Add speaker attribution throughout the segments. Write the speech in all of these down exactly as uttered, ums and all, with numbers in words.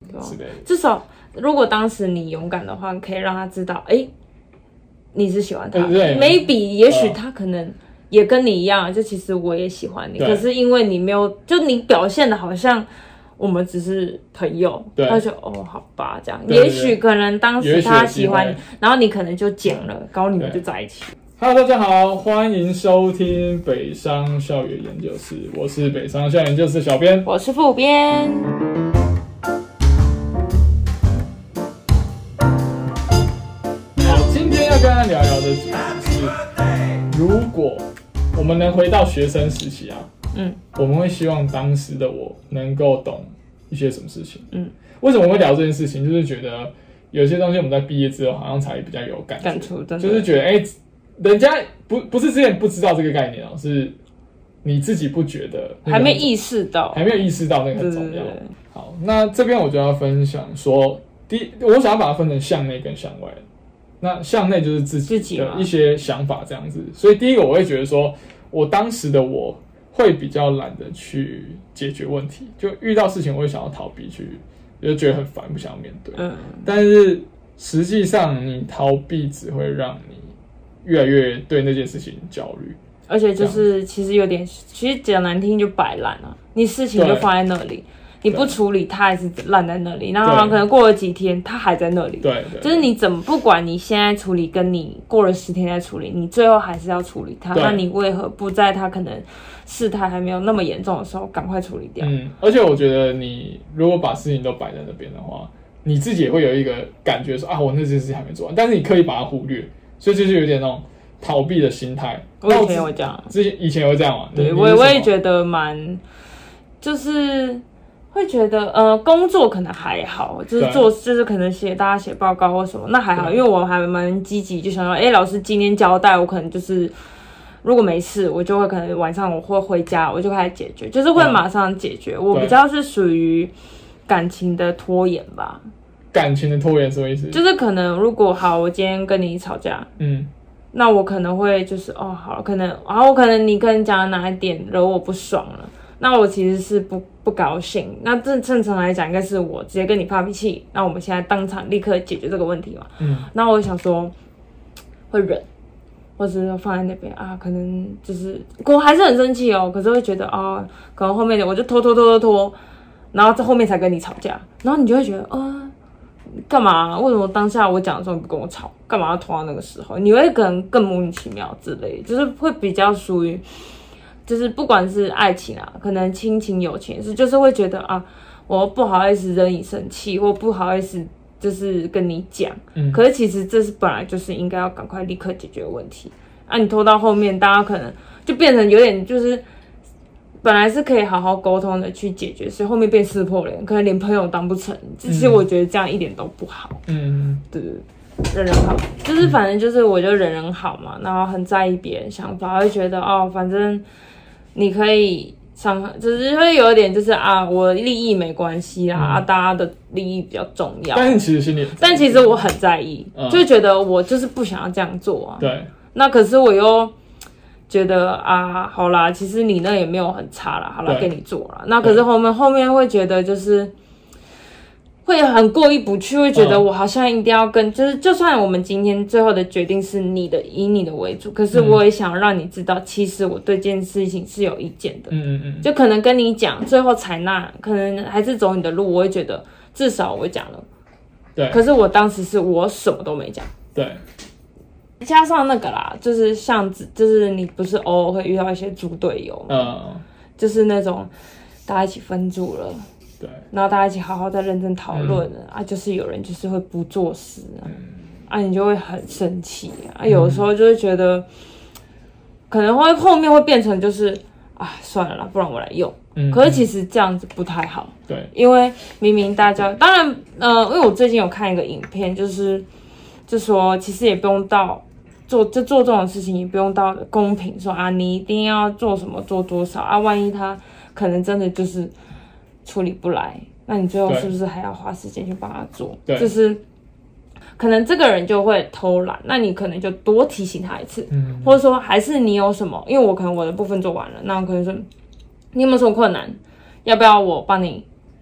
Speaker 1: 之类的。
Speaker 2: 至少如果当时你勇敢的话，可以让他知道，哎，你是喜欢他的。maybe 也许他可能也跟你一样，就其实我也喜欢你，可是因为你没有，就你表现的好像我们只是朋友，他就哦好吧这样。也许可能当时他喜欢你，然后你可能就讲了，然后你们就在一起。
Speaker 1: Hello， 大家好，欢迎收听北商校园研究室，我是北商校园研究室小编，
Speaker 2: 我是副编。
Speaker 1: 好，今天要跟大家聊聊的主题是，如果我们能回到学生时期啊，嗯，我们会希望当时的我能够懂一些什么事情，嗯，为什么会聊这件事情？就是觉得有些东西我们在毕业之后好像才比较有感觉，
Speaker 2: 感触，
Speaker 1: 就是觉得哎。欸人家不不是之前不知道这个概念哦，是你自己不觉得，
Speaker 2: 还没意识到，
Speaker 1: 还没有意识到那个很重要。好，那这边我就要分享说，第我想要把它分成向内跟向外。那向内就是自己的一些想法这样子，所以第一个我会觉得说，我当时的我会比较懒得去解决问题，就遇到事情我会想要逃避去，就觉得很烦，不想要面对。嗯，但是实际上你逃避只会让你越来越对那件事情焦虑，
Speaker 2: 而且就是其实有点，其实讲难听就摆烂啊，你事情就放在那里，你不处理，它还是烂在那里，然后可能过了几天，它还在那里。
Speaker 1: 对，
Speaker 2: 就是你怎么不管你现在处理，跟你过了十天再处理，你最后还是要处理它。那你为何不在它可能事态还没有那么严重的时候，赶快处理掉？
Speaker 1: 嗯，而且我觉得你如果把事情都摆在那边的话，你自己也会有一个感觉说啊，我那件事情还没做完，但是你刻意把它忽略。所以就是有点那种逃避的心态。
Speaker 2: 我以前也会这样，
Speaker 1: 之前以前也会这样嘛。
Speaker 2: 对，我我也觉得蛮，就是会觉得呃，工作可能还好，就是做就是可能写大家写报告或什么，那还好，因为我还蛮积极，就想说，哎、欸，老师今天交代，我可能就是如果没事，我就会可能晚上我会回家，我就开始解决，就是会马上解决。嗯、我比较是属于感情的拖延吧。
Speaker 1: 感情的拖延什么意思？
Speaker 2: 就是可能如果好，我今天跟你吵架，嗯，那我可能会就是哦好，可能然后我可能你跟你讲哪一点惹我不爽了，那我其实是不不高兴。那这正常来讲应该是我直接跟你发脾气，那我们现在当场立刻解决这个问题嘛，嗯，那我想说会忍，或者是放在那边啊，可能就是我还是很生气哦，可是会觉得哦，可能后面的我就拖拖拖拖拖，然后在后面才跟你吵架，然后你就会觉得哦。干嘛、啊？为什么当下我讲的时候你不跟我吵？干嘛要拖到那个时候？你会可能更莫名其妙之类的，就是会比较属于，就是不管是爱情啊，可能亲情、友情是，就是会觉得啊，我不好意思惹你生气，或不好意思就是跟你讲。嗯。可是其实这是本来就是应该要赶快立刻解决的问题啊！你拖到后面，大家可能就变成有点就是。本来是可以好好沟通的去解决，所以后面变撕破脸，可能连朋友当不成。其实我觉得这样一点都不好。嗯，对，人人好，就是反正就是我就人人好嘛，然后很在意别人想法，会觉得哦，反正你可以伤害，只是会有一点就是啊，我利益没关系啦，嗯、啊，大家的利益比较重要。
Speaker 1: 但是其实心里，
Speaker 2: 但其实我很在意，嗯、就觉得我就是不想要这样做啊。
Speaker 1: 对，
Speaker 2: 那可是我又。觉得啊，好啦，其实你那也没有很差啦，好啦，给你做啦。那可是后面后面会觉得就是会很过意不去，会觉得我好像一定要跟，就是就算我们今天最后的决定是你的，以你的为主，可是我也想让你知道，其实我对这件事情是有意见的。嗯嗯嗯，就可能跟你讲，最后采纳，可能还是走你的路，我会觉得至少我讲了。
Speaker 1: 对。
Speaker 2: 可是我当时是我什么都没讲。
Speaker 1: 对。
Speaker 2: 加上那个啦，就是像，就是你不是偶尔会遇到一些猪队友吗？嗯，就是那种大家一起分组了，
Speaker 1: 对，
Speaker 2: 然后大家一起好好再认真讨论、嗯、啊，就是有人就是会不做事啊，嗯、啊，你就会很生气啊，有的时候就会觉得，可能会后面会变成就是啊，算了啦，不然我来用。嗯，可是其实这样子不太好，
Speaker 1: 对，
Speaker 2: 因为明明大家，当然，呃，因为我最近有看一个影片，就是就说其实也不用到。做就做这种事情也不用到公平说啊，你一定要做什么做多少啊，万一他可能真的就是处理不来，那你最后是不是还要花时间去帮他做？就是可能这个人就会偷懒，那你可能就多提醒他一次，嗯、或者说还是你有什么，因为我可能我的部分做完了，那我可能说你有没有什么困难，要不要我帮你？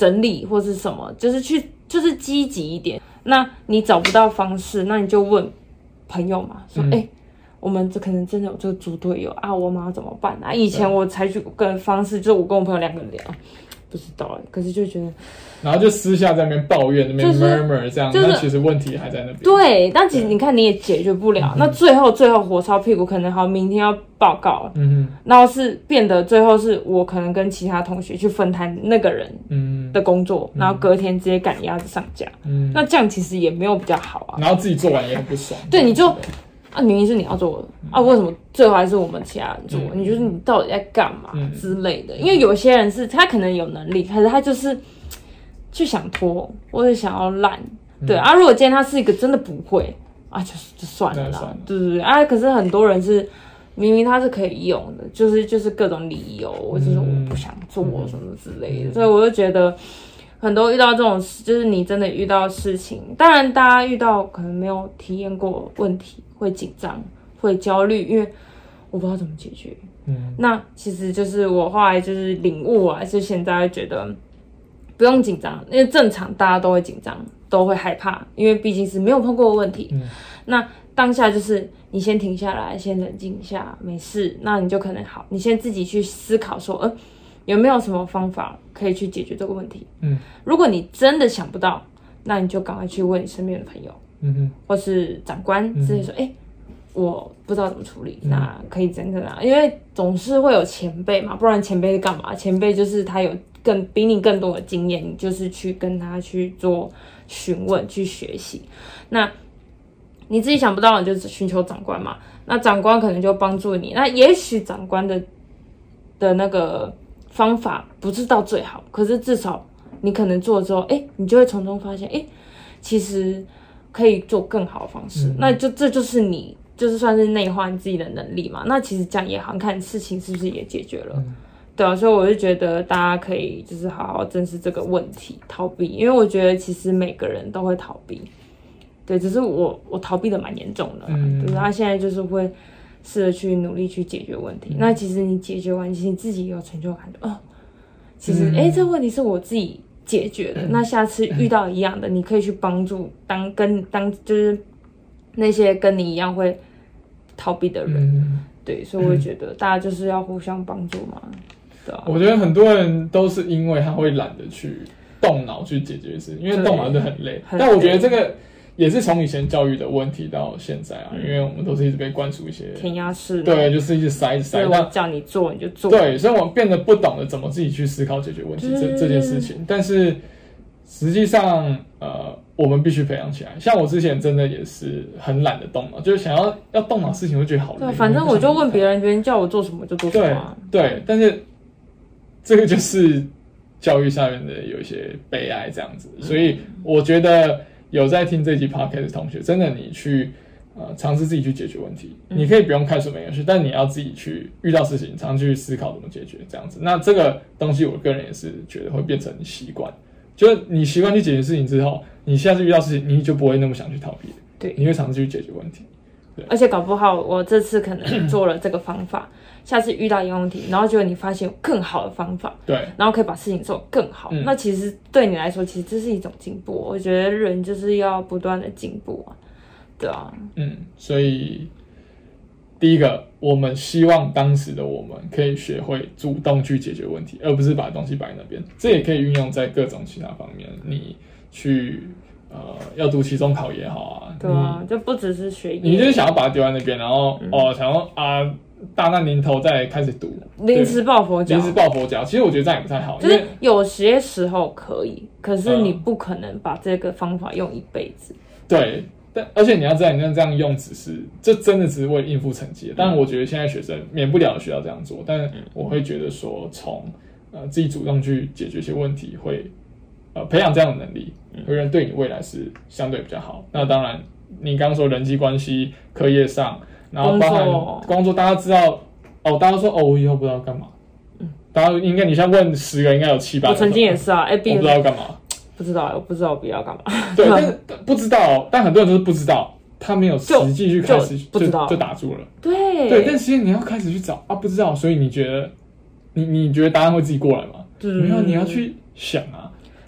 Speaker 2: 整理或是什么，就是去就是积极一点。那你找不到方式，那你就问朋友嘛，说哎、嗯欸，我们这可能真的有这个猪队友啊，我们要怎么办啊？以前我采取个方式，就是我跟我朋友两个人聊，不知道哎，可是就觉得。
Speaker 1: 然后就私下在那边抱怨，那边 murmur 这样，那、就是、其实问题还在那边。
Speaker 2: 对，但其实你看你也解决不了。那最后最后火烧屁股，可能好明天要报告了，嗯哼，然后是变得最后是我可能跟其他同学去分摊那个人的工作，嗯、然后隔天直接赶鸭子上架，嗯，那这样其实也没有比较好啊。
Speaker 1: 然后自己做完也很不爽。
Speaker 2: 对，你就啊，明明是你要做的、嗯、啊，为什么最后还是我们其他人做？嗯、你就是你到底在干嘛、嗯、之类的？因为有些人是他可能有能力，可是他就是。就想拖，或者想要烂，对、嗯、啊。如果今天他是一个真的不会啊，就就算了啦，算了对对对啊。可是很多人是明明他是可以用的，就是就是各种理由，或者是我不想做什么之类的，嗯、所以我就觉得很多遇到这种事，就是你真的遇到事情，当然大家遇到可能没有体验过问题，会紧张，会焦虑，因为我不知道怎么解决。嗯，那其实就是我后来就是领悟啊，就现在觉得。不用紧张，因为正常大家都会紧张，都会害怕，因为毕竟是没有碰过的问题。嗯、那当下就是你先停下来，先冷静一下，没事，那你就可能好，你先自己去思考说，呃，有没有什么方法可以去解决这个问题？嗯，如果你真的想不到，那你就赶快去问你身边的朋友，嗯哼，或是长官之类说，哎、嗯。我不知道怎么处理，嗯、那可以怎样啊？因为总是会有前辈嘛，不然前辈是干嘛？前辈就是他有更比你更多的经验，你就是去跟他去做询问、去学习。那你自己想不到，你就寻求长官嘛。那长官可能就帮助你。那也许长官的的那个方法不是到最好，可是至少你可能做了之后，哎，你就会从中发现，哎，其实可以做更好的方式。嗯、那就这就是你。就是算是内化你自己的能力嘛，那其实这样也好看事情是不是也解决了，嗯、对啊，所以我就觉得大家可以就是好好正视这个问题，逃避，因为我觉得其实每个人都会逃避，对，只是我我逃避的蛮严重的，嗯，对，他现在就是会试着去努力去解决问题，嗯、那其实你解决完，其实你自己也有成就感的哦，其实哎、嗯，这个问题是我自己解决的，嗯、那下次遇到一样的，嗯、你可以去帮助当跟当就是那些跟你一样会。逃避的人，嗯、对，所以我觉得大家就是要互相帮助嘛，对啊。
Speaker 1: 我觉得很多人都是因为他会懒得去动脑去解决事，因为动脑就很累。但我觉得这个也是从以前教育的问题到现在啊，嗯、因为我们都是一直被灌输一些
Speaker 2: 填鸭式，
Speaker 1: 对，就是一直塞一直塞。
Speaker 2: 我叫你做你就做，
Speaker 1: 对，所以我变得不懂得怎么自己去思考解决问题、嗯、这这件事情。但是实际上，呃。我们必须培养起来。像我之前真的也是很懒得动脑，就是想要要动脑事情，我就觉得好累。
Speaker 2: 对，反正我就问别人，别人叫我做什么就做什么、啊。
Speaker 1: 对对，但是这个就是教育上面的有一些悲哀这样子。所以我觉得有在听这集 podcast 的同学，真的你去呃尝试自己去解决问题，嗯、你可以不用看书没关系，但你要自己去遇到事情，常去思考怎么解决这样子。那这个东西，我个人也是觉得会变成习惯。就是你习惯去解决事情之后，你下次遇到事情，你就不会那么想去逃避。
Speaker 2: 对，
Speaker 1: 你会尝试去解决问题。对，
Speaker 2: 而且搞不好我这次可能做了这个方法，下次遇到一个问题，然后结果你发现有更好的方法，
Speaker 1: 对，
Speaker 2: 然后可以把事情做得更好。嗯、那其实对你来说，其实这是一种进步。我觉得人就是要不断的进步啊，对啊，
Speaker 1: 嗯，所以。第一个，我们希望当时的我们可以学会主动去解决问题，而不是把东西摆在那边。这也可以运用在各种其他方面。你去呃要读期中考也好啊，
Speaker 2: 对啊，就不只是学业，
Speaker 1: 你就是想要把它丢在那边，然后、嗯、哦想要啊大难临头再开始读，
Speaker 2: 临时抱佛脚，
Speaker 1: 临时抱佛脚。其实我觉得这样也不太好，
Speaker 2: 就是有些时候可以，可是你不可能把这个方法用一辈子。
Speaker 1: 对。但而且你要知道，你这样用只是，这真的只是为了应付成绩。当然，我觉得现在学生免不了需要这样做，但我会觉得说，从呃自己主动去解决一些问题，会呃培养这样的能力，会让对你未来是相对比较好。那当然，你刚刚说人际关系、课业上，然后包含工作，大家知道哦，大家说哦，我以后不知道干嘛。嗯，大家应该你像问十个，应该有七八个。
Speaker 2: 我曾经也是啊，哎，
Speaker 1: 我不知道干嘛。
Speaker 2: 不知道，我不知道我不要干嘛。
Speaker 1: 对，但是不知道，但很多人都是不知道，他没有实际去开始 就, 就, 不知道 就, 就打住了。
Speaker 2: 对
Speaker 1: 对，但其实你要开始去找啊，不知道，所以你觉得你你觉得答案会自己过来吗？嗯、没有，你要去想啊。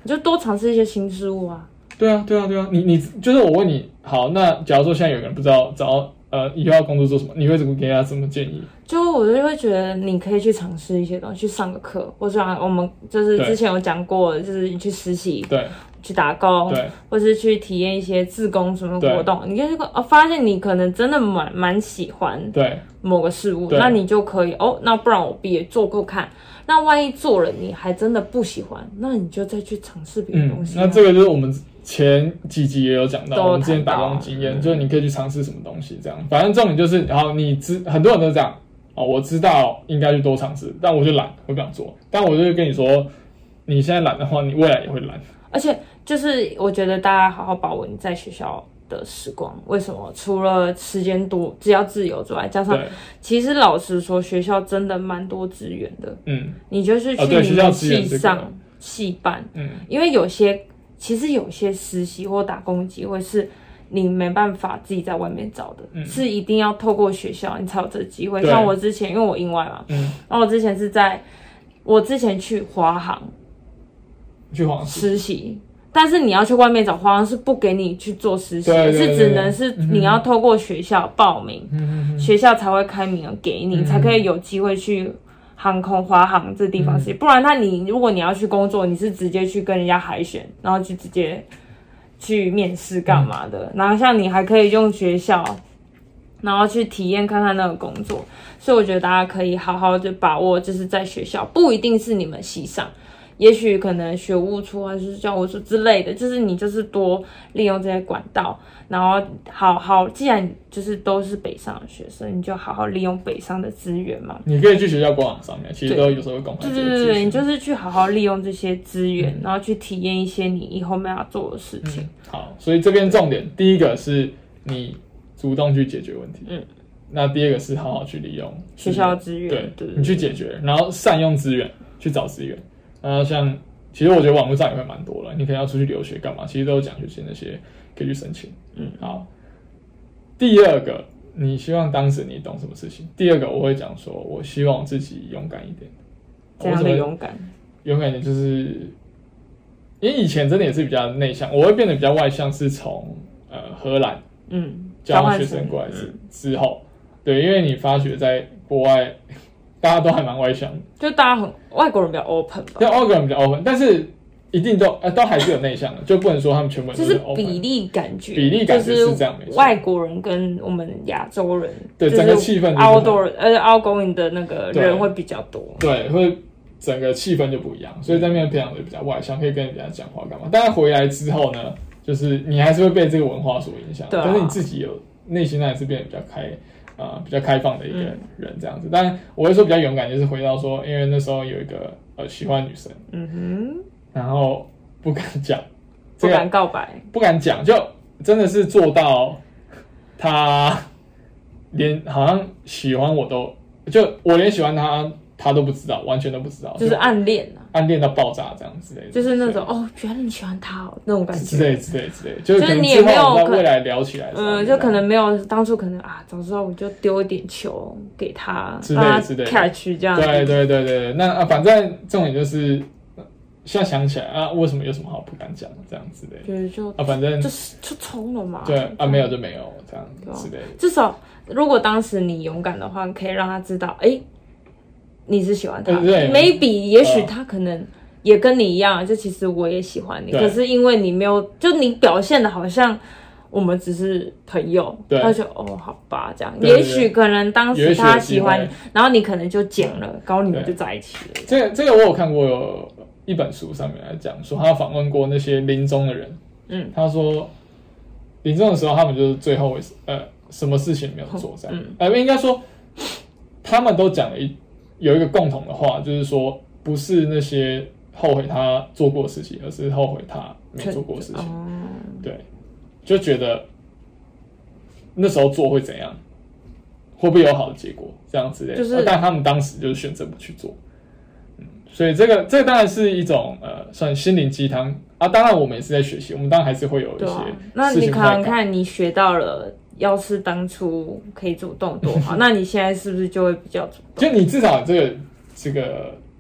Speaker 2: 你就多尝试一些新事物啊。
Speaker 1: 对啊，对啊，对啊，你你就是我问你，好，那假如说现在有个人不知道找呃以后要工作做什么，你会怎么给他什么建议？
Speaker 2: 就我就会觉得你可以去尝试一些东西，去上个课，或者我们就是之前有讲过，就是你去实习，
Speaker 1: 对，
Speaker 2: 去打工，
Speaker 1: 对，
Speaker 2: 或是去体验一些志工什么活动，你就哦发现你可能真的蛮蛮喜欢对某个事物，那你就可以哦，那不然我毕业做过看。那万一做了你还真的不喜欢，那你就再去尝试别的东西、啊
Speaker 1: 嗯。那这个就是我们前几集也有讲到，我们之前打工经验、嗯，就是你可以去尝试什么东西，这样。反正重点就是，然后你知很多人都是这样哦，我知道应该去多尝试，但我就懒，我不想做。但我就跟你说，你现在懒的话，你未来也会懒。
Speaker 2: 而且就是我觉得大家好好把握你在学校的时光，为什么？除了时间多，只要自由之外，加上其实老实说，学校真的蛮多资源的。嗯，你就是去你们系上、系办，嗯，因为有些其实有些实习或打工机会是你没办法自己在外面找的，嗯、是一定要透过学校你才有这个机会。像我之前，因为我英外嘛，嗯，然后我之前是在我之前去华航，
Speaker 1: 去华航
Speaker 2: 实习。但是你要去外面找，华航是不给你去做实习的，是只能是你要透过学校报名，嗯、学校才会开名额给你，嗯、才可以有机会去航空华航这地方实习。嗯、不然，他你如果你要去工作，你是直接去跟人家海选，然后就直接去面试干嘛的。嗯、然后像你还可以用学校，然后去体验看看那个工作。所以我觉得大家可以好好的把握，就是在学校，不一定是你们系上。也许可能学务处还是教务处之类的，就是你就是多利用这些管道，然后好好，既然就是都是北上的学生，你就好好利用北上的资源嘛。
Speaker 1: 你可以去学校官网上面，其实都有时候会公开。
Speaker 2: 对对对对，你就是去好好利用这些资源，嗯、然后去体验一些你以后没有要做的事情。
Speaker 1: 嗯、好，所以这边重点，第一个是你主动去解决问题，嗯，那第二个是好好去利用
Speaker 2: 学校资源，
Speaker 1: 对，对对你去解决，然后善用资源去找资源。然后像，其实我觉得网络上也会蛮多了。你可能要出去留学干嘛？其实都有奖学金那些可以去申请。嗯，好。第二个，你希望当时你懂什么事情？第二个，我会讲说，我希望自己勇敢一点。
Speaker 2: 这样的勇敢？
Speaker 1: 勇敢一点就是，因为以前真的也是比较内向，我会变得比较外向，是从呃荷兰嗯交换学生过来之、嗯、之后，对，因为你发觉在国外。大家都还蛮外向的，
Speaker 2: 就大家很外国人比较 open 吧，
Speaker 1: 对，外国人比较 open， 但是一定都呃都还是有内向的，就不能说他们全部都
Speaker 2: 是 open， 就是比例感觉，
Speaker 1: 比例感觉是这样没错。
Speaker 2: 外国人跟我们亚洲人，
Speaker 1: 对、就是、整个气氛
Speaker 2: outdoor 呃 outgoing 的那个人会比较多，
Speaker 1: 对，会整个气氛就不一样，所以在那边培养的比较外向，可以跟人家讲话干嘛。但是回来之后呢，就是你还是会被这个文化所影响，但是你自己有内心还是变得比较开。啊、呃，比较开放的一个人这样子，但我会说比较勇敢，就是回到说，因为那时候有一个呃喜欢女生，嗯哼，然后不敢讲、
Speaker 2: 這個，不敢告白，
Speaker 1: 不敢讲，就真的是做到他连好像喜欢我都，就我连喜欢他他都不知道，完全都不知道，
Speaker 2: 就是暗恋啊，
Speaker 1: 暗恋到爆炸这样之类的，
Speaker 2: 就是那种哦，原来你喜欢他哦那种感觉，
Speaker 1: 之类之类之类，就是可能之后在未来聊起来，
Speaker 2: 嗯，就可能没有当初可能啊，早知道我就丢一点球给他
Speaker 1: 之类之类
Speaker 2: catch 这样，
Speaker 1: 对对对对，那啊，反正重点就是现在想起来啊，为什么有什么好不敢讲这样之类的，
Speaker 2: 就是就
Speaker 1: 啊，反正
Speaker 2: 就是就冲了嘛，
Speaker 1: 对啊，没有就没有这样之类的，
Speaker 2: 至少如果当时你勇敢的话，可以让他知道，哎。你是喜欢他 ，maybe 也许他可能也跟你一样，就其实我也喜欢你，可是因为你没有，就你表现的好像我们只是朋友，他就哦好吧这样，也许可能当时他喜欢你，然后你可能就剪了，然后你们就在一起了。
Speaker 1: 这个这个我有看过，有一本书上面来讲说，他访问过那些临终的人，嗯，他说临终的时候他们就是最后呃什么事情没有做这样，嗯、呃应该说他们都讲了一。有一个共同的话，就是说，不是那些后悔他做过的事情，而是后悔他没做过的事情。对，就觉得那时候做会怎样，会不会有好的结果，这样之类的。就是，但他们当时就是选择不去做。嗯，所以这个这个当然是一种呃，算心灵鸡汤啊。当然我们也是在学习，我们当然还是会有一些事情、啊。
Speaker 2: 那你看看，你学到了。要是当初可以主动多好，那你现在是不是就会比较主动？
Speaker 1: 就你至少这个这个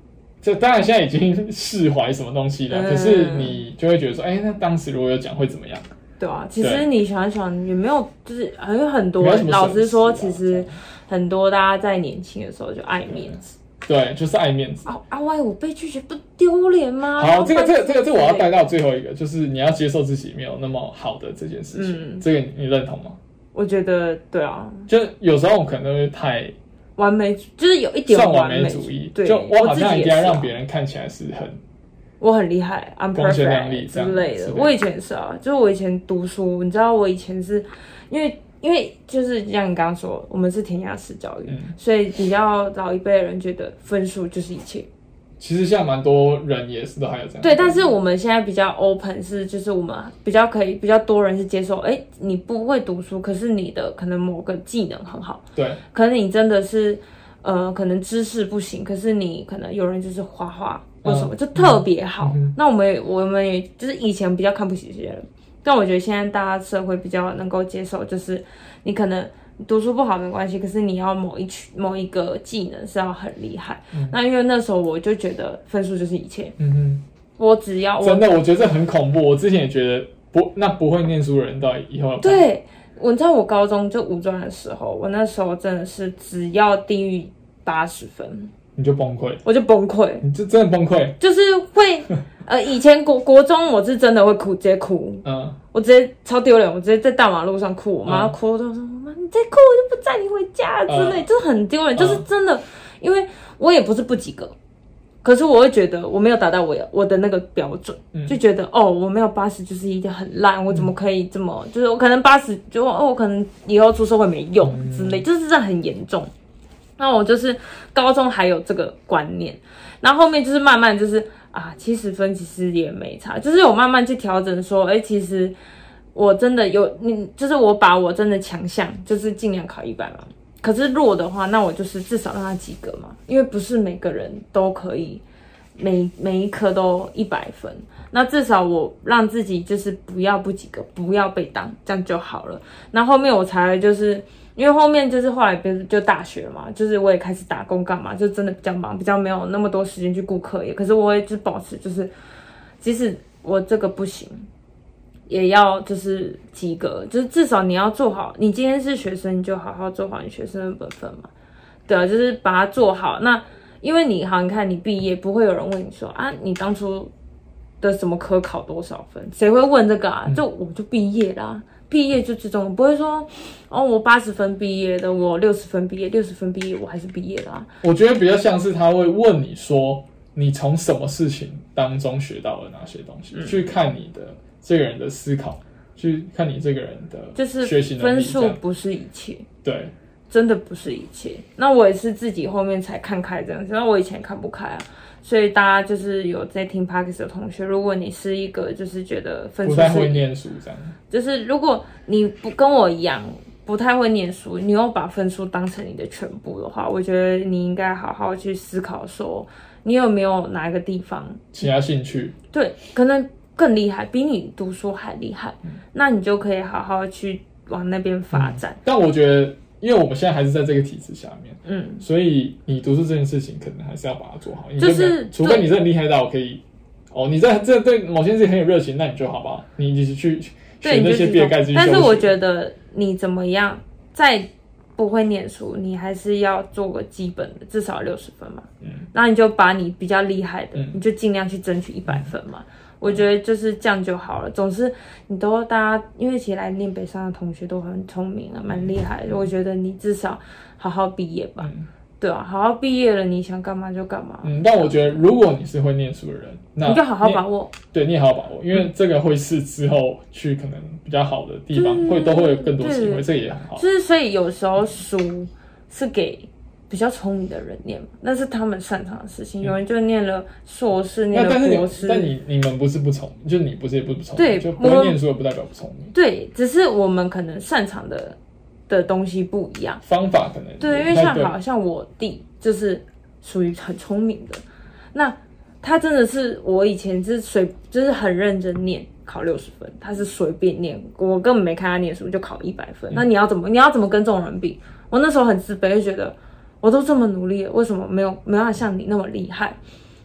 Speaker 1: 就当然现在已经释怀什么东西了，嗯、可是你就会觉得说，哎、欸，那当时如果有讲会怎么样？
Speaker 2: 对啊，其实你想想也没有，就是还有很多，老实说，其实很多大家在年轻的时候就爱面子。
Speaker 1: 对，就是爱面子。
Speaker 2: 啊啊！万一我被拒绝不丢脸吗？
Speaker 1: 好，这个这个这个这个我要带到最后一个，就是你要接受自己没有那么好的这件事情。嗯，这个你认同吗？
Speaker 2: 我觉得对啊，
Speaker 1: 就有时候我可能会太
Speaker 2: 完美，就是有一点
Speaker 1: 完美主义。对，就我好像一定要让别人看起来是很
Speaker 2: 我很厉害 ，I'm perfect 之类的。我以前也是啊，就是我以前读书，你知道我以前是因为。因为就是像你刚刚说，我们是填鸭式教育，嗯、所以比较老一辈的人觉得分数就是一切。
Speaker 1: 其实现在蛮多人也是都还有这样。
Speaker 2: 对，但是我们现在比较 open， 是就是我们比较可以比较多人是接受，哎，你不会读书，可是你的可能某个技能很好，
Speaker 1: 对，
Speaker 2: 可能你真的是呃可能知识不行，可是你可能有人就是画画或什么、嗯、就特别好。嗯、那我们也我们也就是以前比较看不起这些人。但我觉得现在大家社会比较能够接受，就是你可能读书不好没关系，可是你要某一区某一个技能是要很厉害。嗯、那因为那时候我就觉得分数就是一切。嗯哼，我只要我
Speaker 1: 真的，我觉得这很恐怖。我之前也觉得不，那不会念书的人到底以后要
Speaker 2: 对，我知道我高中就五专的时候，我那时候真的是只要低于八十分。
Speaker 1: 你就崩溃，
Speaker 2: 我就崩溃，
Speaker 1: 你就真的崩溃，
Speaker 2: 就是会，呃，以前国国中我是真的会哭，直接哭，嗯，我直接超丢脸，我直接在大马路上哭，我妈哭，我就说妈你再哭我就不载你回家之类，嗯、就是很丢脸，就是真的，因为我也不是不及格，可是我会觉得我没有达到我我的那个标准，嗯、就觉得哦我没有八十就是一定很烂，我怎么可以这么，就是我可能八十就哦我可能以后出社会没用之类，就是这很严重。那我就是高中还有这个观念，然后后面就是慢慢就是啊，七十分其实也没差，就是我慢慢去调整说，哎，其实我真的有你，就是我把我真的强项就是尽量考一百嘛。可是弱的话，那我就是至少让他及格嘛，因为不是每个人都可以每每一科都一百分，那至少我让自己就是不要不及格，不要被当，这样就好了。那后面我才就是。因为后面就是后来不是就大学嘛，就是我也开始打工干嘛，就真的比较忙，比较没有那么多时间去顾课业。可是我也就保持就是，即使我这个不行，也要就是及格，就是至少你要做好。你今天是学生，你就好好做好你学生的本分嘛。对啊，就是把它做好。那因为你好，你看你毕业，不会有人问你说啊，你当初的什么科考多少分？谁会问这个啊？就我就毕业啦。毕业就这种，不会说哦，我八十分毕业的，我六十分毕业，六十分毕业，我还是毕业的啊。
Speaker 1: 我觉得比较像是他会问你说，你从什么事情当中学到了哪些东西，嗯、去看你的这个人的思考，去看你这个人的
Speaker 2: 就是
Speaker 1: 学习能力。
Speaker 2: 分数不是一切，
Speaker 1: 对，
Speaker 2: 真的不是一切。那我也是自己后面才看开这样子，那我以前看不开啊。所以大家就是有在听 Podcast 的同学，如果你是一个就是觉得分数是
Speaker 1: 不太会念书这样，
Speaker 2: 就是如果你不跟我一样不太会念书，你又把分数当成你的全部的话，我觉得你应该好好去思考说，你有没有哪一个地方
Speaker 1: 其他兴趣，
Speaker 2: 对，可能更厉害，比你读书还厉害，嗯、那你就可以好好去往那边发展。
Speaker 1: 嗯、但我觉得。因为我们现在还是在这个体制下面，嗯，所以你读书这件事情可能还是要把它做好。就是除非你真的厉害到可以，哦，你在这对某些事情很有热情，那你就好吧，你一起去学那些比尔盖茨。
Speaker 2: 但是我觉得你怎么样，再不会念书，你还是要做个基本的，至少六十分嘛。嗯，那你就把你比较厉害的，嗯、你就尽量去争取一百分嘛。嗯我觉得就是这样就好了。总是你都大家，因为其实来念北商的同学都很聪明啊，蛮厉害的。我觉得你至少好好毕业吧，嗯、对啊，好好毕业了，你想干嘛就干嘛。
Speaker 1: 嗯，但我觉得如果你是会念书的人，那
Speaker 2: 你就好好把握。
Speaker 1: 对，你也好好把握，因为这个会是之后去可能比较好的地方，嗯、会都会有更多机会，这个也很好。
Speaker 2: 就是所以有时候书是给比较聪明的人念嘛，那是他们擅长的事情。嗯、有人就念了硕士，念了博士。
Speaker 1: 但你你们不是不聪明，就你不是也不不聪明，对，就不会念书也不代表不聪明。
Speaker 2: 对，只是我们可能擅长的的东西不一样，
Speaker 1: 方法可能
Speaker 2: 对，因为像好像我弟就是属于很聪明的，那他真的是我以前是随就是很认真念。考六十分，他是随便念，我根本没看他念书就考一百分。嗯、那你要怎么你要怎么跟这种人比？我那时候很自卑，就觉得我都这么努力了，为什么没有没有像你那么厉害？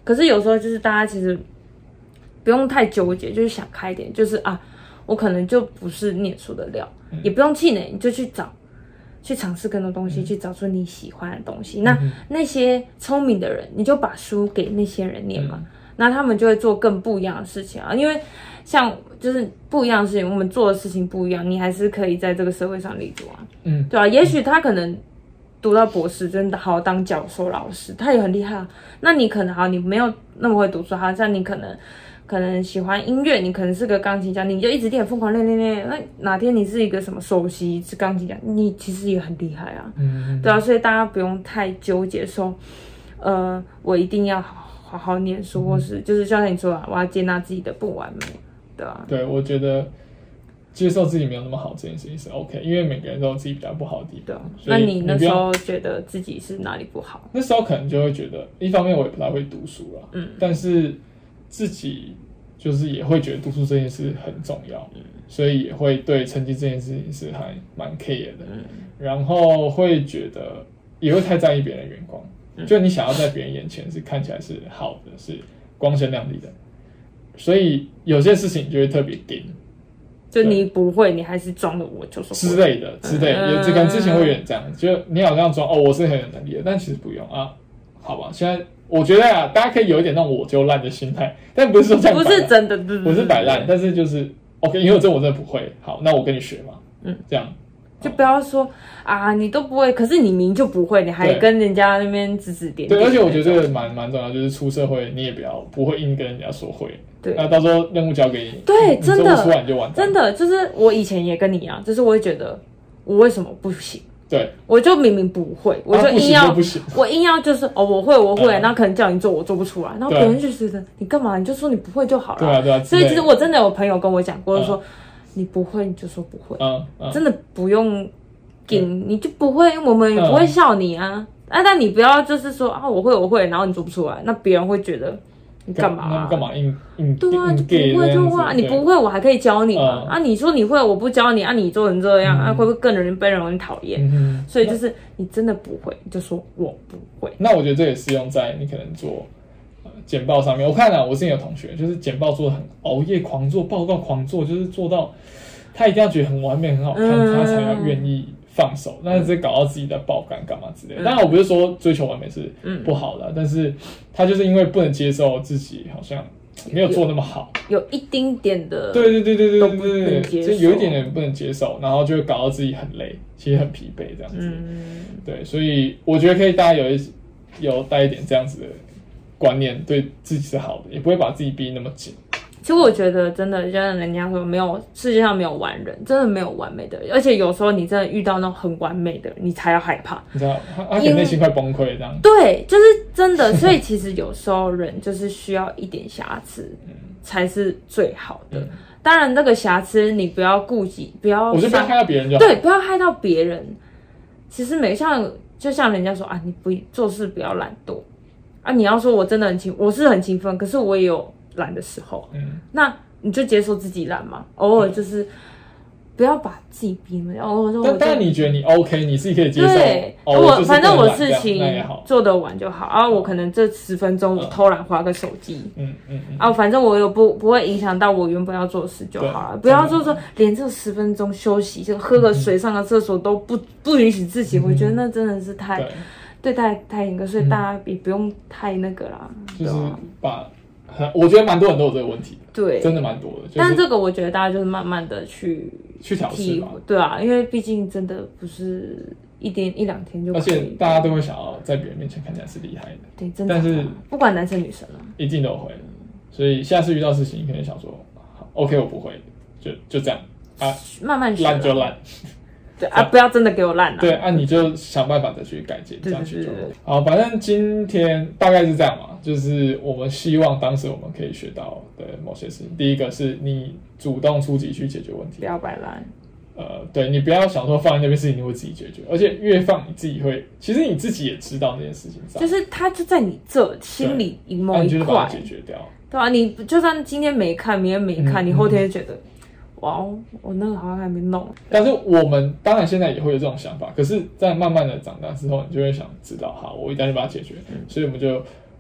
Speaker 2: 可是有时候就是大家其实不用太纠结，就是想开一点，就是啊，我可能就不是念书的料，嗯、也不用气馁，你就去找。去尝试更多东西，嗯、去找出你喜欢的东西。那、嗯、那些聪明的人，你就把书给那些人念嘛，嗯、那他们就会做更不一样的事情啊。因为像就是不一样的事情，我们做的事情不一样，你还是可以在这个社会上立足啊。嗯，对啊，也许他可能读到博士，真的好当教授、老师，他也很厉害啊。那你可能好，你没有那么会读书，好像你可能。可能喜欢音乐，你可能是个钢琴家，你就一直练，疯狂练练练。那哪天你是一个什么首席是钢琴家，你其实也很厉害啊。嗯，对啊，所以大家不用太纠结说，呃，我一定要好好好念书，嗯、或是就是就像你说啊，我要接纳自己的不完美，对啊。
Speaker 1: 对，我觉得接受自己没有那么好这件事情是 OK， 因为每个人都有自己比较不好的地方。
Speaker 2: 对啊，那你那时候觉得自己是哪里不好？
Speaker 1: 那时候可能就会觉得，一方面我也不太会读书啦，嗯，但是。自己就是也会觉得读书这件事很重要，嗯、所以也会对成绩这件事情是还蛮 care 的，嗯、然后会觉得也会太在意别人的眼光，嗯、就你想要在别人眼前是看起来是好的，是光鲜亮丽的，所以有些事情就会特别硬，
Speaker 2: 就你不会，你还是装的我就是
Speaker 1: 之类的之类的，有可能之前会有点这样，就你好像装哦我是很有能力的，但其实不用啊，好吧，现在。我觉得啊，大家可以有一点那种我就烂的心态，但不是说这样摆烂，
Speaker 2: 不是真的，
Speaker 1: 不是摆烂，但是就是 OK， 因为这我真的不会，好，那我跟你学嘛，嗯，这样
Speaker 2: 就不要说啊，你都不会，可是你明明就不会，你还跟人家那边指指点点。
Speaker 1: 对，而且我觉得这个蛮蛮重要，就是出社会你也不要不会硬跟人家说会，对，那到时候任务交给你，
Speaker 2: 对，
Speaker 1: 你
Speaker 2: 真的，
Speaker 1: 做不出来你就完蛋，
Speaker 2: 真的就是我以前也跟你一样，就是我会觉得我为什么不行。
Speaker 1: 对，
Speaker 2: 我就明明不会，我就硬要，
Speaker 1: 啊、不行就不行我
Speaker 2: 硬要就是哦，我会，我会，然后可能叫你做，我做不出来，然后别人就觉得你干嘛？你就说你不会就好了。
Speaker 1: 对啊，对啊。
Speaker 2: 所以其实我真的有朋友跟我讲过，就说、嗯、你不会你就说不会，嗯嗯、真的不用顶，你就不会，我们也不会笑你啊。嗯、啊，但你不要就是说啊，我会，我会，然后你做不出来，那别人会觉得。你干嘛、啊？
Speaker 1: 干嘛硬硬？
Speaker 2: 对啊，你不会就会啊，你不会我还可以教你嘛。嗯、啊，你说你会，我不教你啊，你做成这样、嗯、啊，会不会更人被人很讨厌？嗯、所以就是你真的不会，你就说我不会。
Speaker 1: 那我觉得这也适用在你可能做、呃、简报上面。我看了、啊，我之前有同学就是简报做的很熬夜狂做，报告狂做，就是做到他一定要觉得很完美、很好看，嗯、他才要愿意。放手，但是这搞到自己的爆肝干嘛之类的。当然，我不是说追求完美是不好的，嗯、但是他就是因为不能接受自己好像没有做那么好，
Speaker 2: 有一丁点的，
Speaker 1: 对对对对对对对，就有一点点不能接受，然后就会搞到自己很累，其实很疲惫这样子。嗯、对，所以我觉得可以大家有一有带一点这样子的观念，对自己是好的，也不会把自己逼那么紧。
Speaker 2: 其实我觉得真的，就像人家说，没有世界上没有完人，真的没有完美的人，而且有时候你真的遇到那种很完美的人，你才要害怕，
Speaker 1: 你知道，他他可能内心快崩溃这样。
Speaker 2: 对，就是真的，所以其实有时候人就是需要一点瑕疵，才是最好的。嗯、当然，那个瑕疵你不要顾及，不要，
Speaker 1: 我就不要害到别人就好。
Speaker 2: 对，不要害到别人。其实每像就像人家说啊，你不做事不要懒惰啊，你要说我真的很勤，我是很勤奋，可是我也有。懒的时候，嗯，那你就接受自己懒嘛，偶尔就是不要把自己逼嘛。偶尔说，
Speaker 1: 但但你觉得你 OK， 你自己可以接受。
Speaker 2: 对，
Speaker 1: 哦、
Speaker 2: 我反正我事情做得完就好啊。我可能这十分钟我偷懒滑个手机，嗯嗯嗯啊，反正我有不不会影响到我原本要做的事就好了。不要说说连这十分钟休息就喝个水、上个厕所都不不允许自己，嗯、我觉得那真的是太对太太严格，所以大家也不用太那个啦，
Speaker 1: 就是把。我觉得蛮多人都有这个问题，
Speaker 2: 对，
Speaker 1: 真的蛮多的。就是、
Speaker 2: 但是这个我觉得大家就是慢慢的去
Speaker 1: 去调试嘛，
Speaker 2: 对啊，因为毕竟真的不是一天一两天就可以，
Speaker 1: 而且大家都会想要在别人面前看起来是厉害的，
Speaker 2: 对，真的。
Speaker 1: 但是
Speaker 2: 不管男生女生啊，
Speaker 1: 一定都会。所以下次遇到事情，你可能想说 ，OK， 我不会，就就这样啊，
Speaker 2: 慢慢学，
Speaker 1: 烂就烂。
Speaker 2: 对啊，不要真的给我烂了。
Speaker 1: 对啊，你就想办法再去改进，这样去就好。反正今天大概是这样嘛，就是我们希望当时我们可以学到的某些事情。第一个是你主动出击去解决问题，
Speaker 2: 不要摆烂。
Speaker 1: 呃，对你不要想说放在那边事情你会自己解决，而且越放你自己会，其实你自己也知道那件事情上，
Speaker 2: 就是它就在你这心里某一块，
Speaker 1: 把它解决掉。
Speaker 2: 对啊，你就算今天没看，明天没看，嗯、你后天就觉得。哇，我那个好像还没弄。
Speaker 1: 但是我们当然现在也会有这种想法，可是，在慢慢的长大之后，你就会想知道，好，我一定要去把它解决。嗯、所以我们就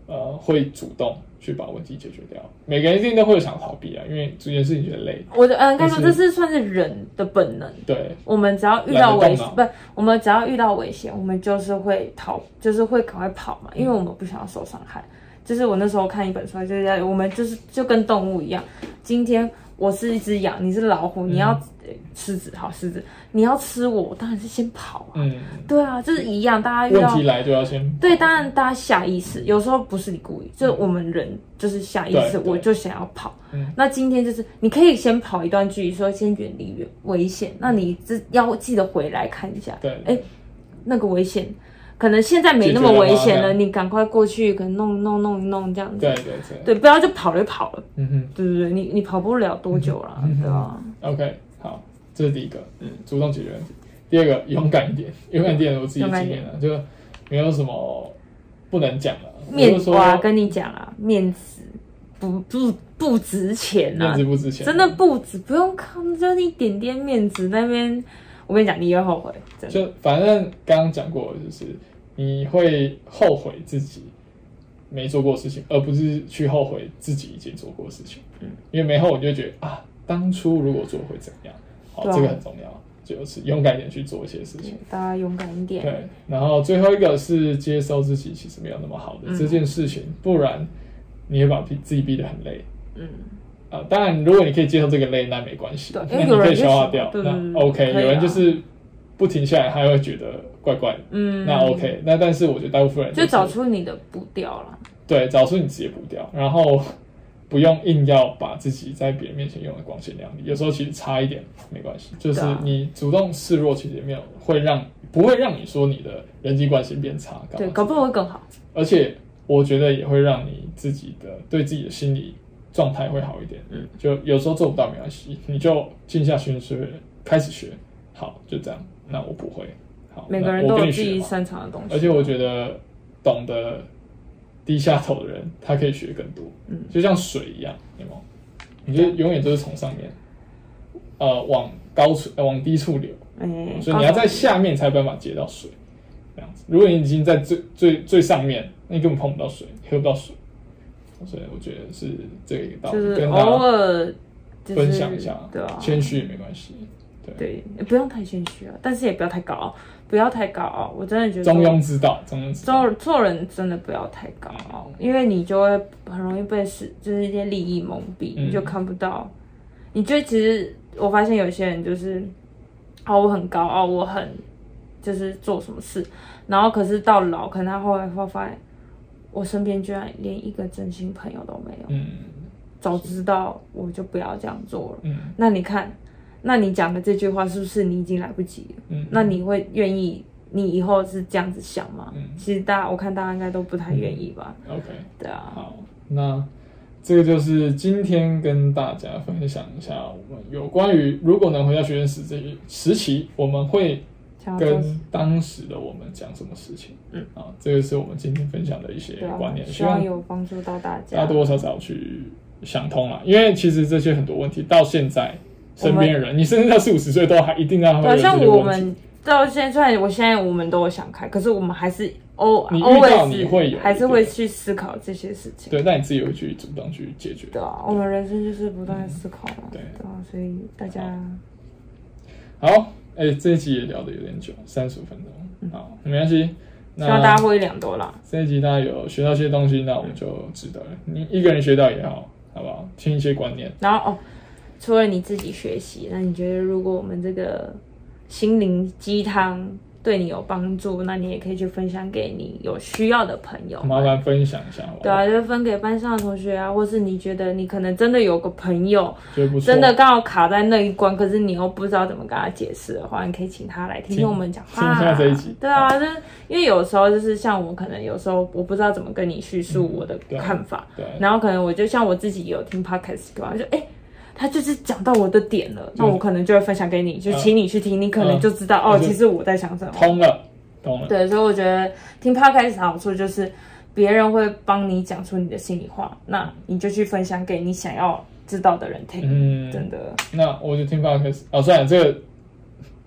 Speaker 1: 呃会主动去把问题解决掉。每个人一定都会想逃避啊，因为这件事情觉得累。
Speaker 2: 我的嗯，该说这是算是人的本能。
Speaker 1: 对，
Speaker 2: 我们只要遇到危险，不，我们只要遇到危险，我们就是会逃，就是会赶快跑嘛，因为我们不想要受伤害。就是我那时候看一本书，就是我们就是就跟动物一样，今天我是一只羊，你是老虎，你要、嗯、狮子，好狮子，你要吃我，我当然是先跑啊。嗯，对啊，就是一样，大家遇到
Speaker 1: 问题来就要先跑。
Speaker 2: 对，当然大家下意识，有时候不是你故意，就是我们人就是下意识，我就想要跑。嗯，那今天就是你可以先跑一段距离，说先远离危险，那你这要记得回来看一下。对，哎，那个危险。可能现在没那么危险了，你赶快过去，可能弄弄弄一弄这样子。
Speaker 1: 对对对，
Speaker 2: 对，不要就跑了就跑了。嗯哼，对对对，你你跑不了多久了，嗯、对吧
Speaker 1: ？OK， 好，这是第一个，嗯，主动解决问题。第二个，勇敢一点，勇敢一点，我自己的经验了，就没有什么不能讲了。
Speaker 2: 面子，我跟你讲啊，面子不不不值钱啊，
Speaker 1: 面子不值钱，
Speaker 2: 真的不值，不用靠，就一点点面子那边。我跟你讲，你会后悔。
Speaker 1: 就反正刚刚讲过，就是你会后悔自己没做过的事情，而不是去后悔自己已经做过的事情。嗯，因为没后，你就觉得啊，当初如果做会怎样？好，啊、这个很重要，就是勇敢一点去做一些事情。
Speaker 2: 大家勇敢一点。
Speaker 1: 对，然后最后一个是接受自己其实没有那么好的、嗯、这件事情，不然你会把自己逼得很累。嗯。啊，当然，如果你可以接受这个累，那没关系，那你可以消化掉，那 OK。有人就是不停下来，他会觉得怪怪的，嗯，那 OK。那但是我觉得大部分人、就是、
Speaker 2: 就找出你的步调了，
Speaker 1: 对，找出你自己的步调，然后不用硬要把自己在别人面前用的光鲜亮丽，有时候其实差一点没关系，就是你主动示弱，其实也没有会让不会让你说你的人际关系变差，
Speaker 2: 对，搞不好会更好，
Speaker 1: 而且我觉得也会让你自己的对自己的心理状态会好一点，嗯，就有时候做不到没关系，你就静下心学，开始学，好，就这样。那我不会，好，
Speaker 2: 每个人都有自己擅长的东西，
Speaker 1: 而且我觉得懂得低下头的人，他可以学更多，嗯，就像水一样，有没有？你就永远都是从上面，呃，往高处、呃、往低处流，嗯，所以你要在下面才有办法接到水，这样子。如果你已经在最最最上面，那你根本碰不到水，喝不到水。所以我觉得是这个一个道理，
Speaker 2: 就是偶尔
Speaker 1: 分享一下，
Speaker 2: 对啊，
Speaker 1: 谦虚也没关系，
Speaker 2: 对，对，不用太谦虚啊，但是也不要太高傲，不要太高傲，我真的觉得
Speaker 1: 中庸之道，中庸之道，
Speaker 2: 做做人真的不要太高傲，因为你就会很容易被是就是一些利益蒙蔽，嗯、你就看不到。你觉得其实我发现有些人就是，哦，我很高傲，我很就是做什么事，然后可是到老，可能他后来会发现。我身边居然连一个真心朋友都没有，嗯，早知道我就不要这样做了。嗯，那你看，那你讲的这句话是不是你已经来不及了？嗯，那你会愿意？你以后是这样子想吗？嗯，其实大家我看大家应该都不太愿意吧。
Speaker 1: 嗯、OK，
Speaker 2: 对啊。
Speaker 1: 好，那这个就是今天跟大家分享一下我们有关于如果能回到学生时这一时期，我们会。跟当时的我们讲什么事情？嗯啊，这个是我们今天分享的一些观念，
Speaker 2: 啊、希望有帮助到大家，
Speaker 1: 大家多多少少去想通了。因为其实这些很多问题到现在，身边的人，你甚至到四五十岁都还一定要会有这些问题。
Speaker 2: 像我们到现在，虽然我现在我们都有想开，可是我们还是哦，
Speaker 1: 你遇到你会有，
Speaker 2: 还是会去思考这些事情。
Speaker 1: 对，那你自己会去主动去解决。
Speaker 2: 对啊，我们人生就是不断思考嘛。对，对啊，所以大家
Speaker 1: 好。哎、欸，这一集也聊得有点久，三十五分钟，好，没关系。
Speaker 2: 希望大家会两多啦。
Speaker 1: 这一集大家有学到一些东西，那我们就值得了。你一个人学到也好，好不好？听一些观念。
Speaker 2: 然后哦，除了你自己学习，那你觉得如果我们这个心灵鸡汤对你有帮助，那你也可以去分享给你有需要的朋友。
Speaker 1: 麻烦分享一下好不好？
Speaker 2: 对啊，就分给班上的同学啊，或是你觉得你可能真的有个朋友，真的刚好卡在那一关，可是你又不知道怎么跟他解释的话，你可以请他来听听我们讲话。
Speaker 1: 听一下这一集。
Speaker 2: 对啊，就是因为有时候就是像我可能有时候我不知道怎么跟你叙述我的看法，嗯、对，对然后可能我就像我自己有听 podcast 的话，就哎。欸他就是讲到我的点了，那我可能就会分享给你，就请你去听，你可能就知道、嗯、哦，其实我在想什么。
Speaker 1: 通了，通了。对，
Speaker 2: 所以我觉得听 podcast 的好处就是别人会帮你讲出你的心里话，那你就去分享给你想要知道的人听。嗯，真的。
Speaker 1: 那我就听 podcast 哦，算了，这个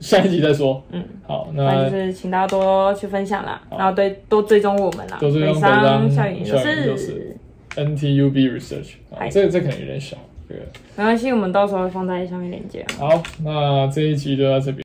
Speaker 1: 下一集再说。嗯，好，那
Speaker 2: 就是请大家多去分享啦，然后对多追踪我们啦，
Speaker 1: 多追踪
Speaker 2: 北商校
Speaker 1: 园
Speaker 2: 研究室
Speaker 1: N T U B Research， 这这可能有点小，这个
Speaker 2: 没关系，我们到时候会放在下面链接。
Speaker 1: 好，那这一集就到这边。